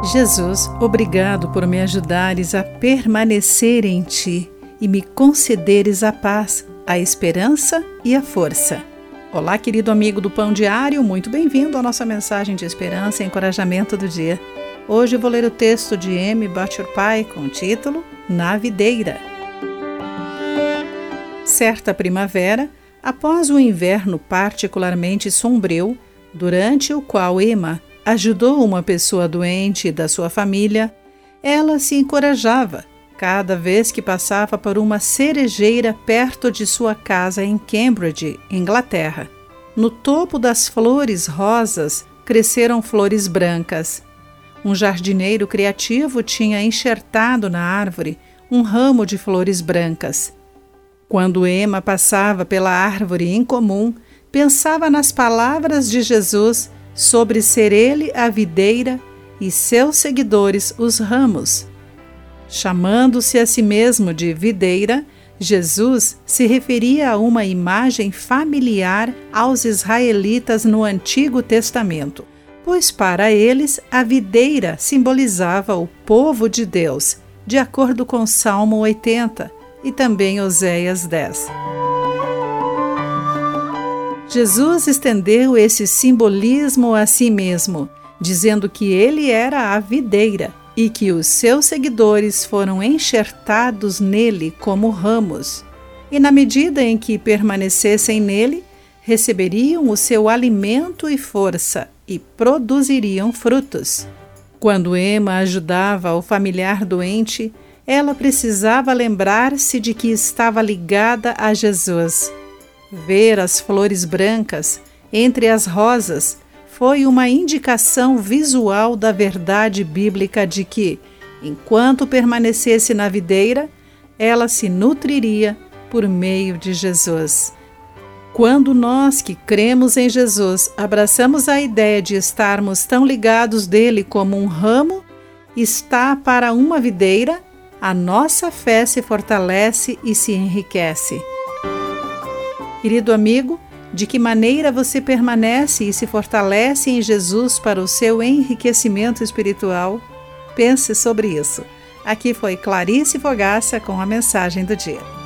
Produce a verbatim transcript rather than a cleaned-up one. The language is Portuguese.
Jesus, obrigado por me ajudares a permanecer em Ti e me concederes a paz, a esperança e a força. Olá, querido amigo do Pão Diário, muito bem-vindo à nossa mensagem de esperança e encorajamento do dia. Hoje vou ler o texto de M. Butcher Pai com o título Na Videira. Certa primavera, após um inverno particularmente sombrio, durante o qual Emma ajudou uma pessoa doente da sua família, ela se encorajava cada vez que passava por uma cerejeira perto de sua casa em Cambridge, Inglaterra. No topo das flores rosas cresceram flores brancas. Um jardineiro criativo tinha enxertado na árvore um ramo de flores brancas. Quando Emma passava pela árvore incomum, pensava nas palavras de Jesus sobre ser ele a videira e seus seguidores os ramos. Chamando-se a si mesmo de videira, Jesus se referia a uma imagem familiar aos israelitas no Antigo Testamento, pois para eles a videira simbolizava o povo de Deus, de acordo com Salmo oitenta e também Oséias dez. Jesus estendeu esse simbolismo a si mesmo, dizendo que ele era a videira e que os seus seguidores foram enxertados nele como ramos. E na medida em que permanecessem nele, receberiam o seu alimento e força e produziriam frutos. Quando Emma ajudava o familiar doente, ela precisava lembrar-se de que estava ligada a Jesus. Ver as flores brancas entre as rosas foi uma indicação visual da verdade bíblica de que, enquanto permanecesse na videira, ela se nutriria por meio de Jesus. Quando nós que cremos em Jesus abraçamos a ideia de estarmos tão ligados dele como um ramo está para uma videira, a nossa fé se fortalece e se enriquece. Querido amigo, de que maneira você permanece e se fortalece em Jesus para o seu enriquecimento espiritual? Pense sobre isso. Aqui foi Clarice Fogaça com a mensagem do dia.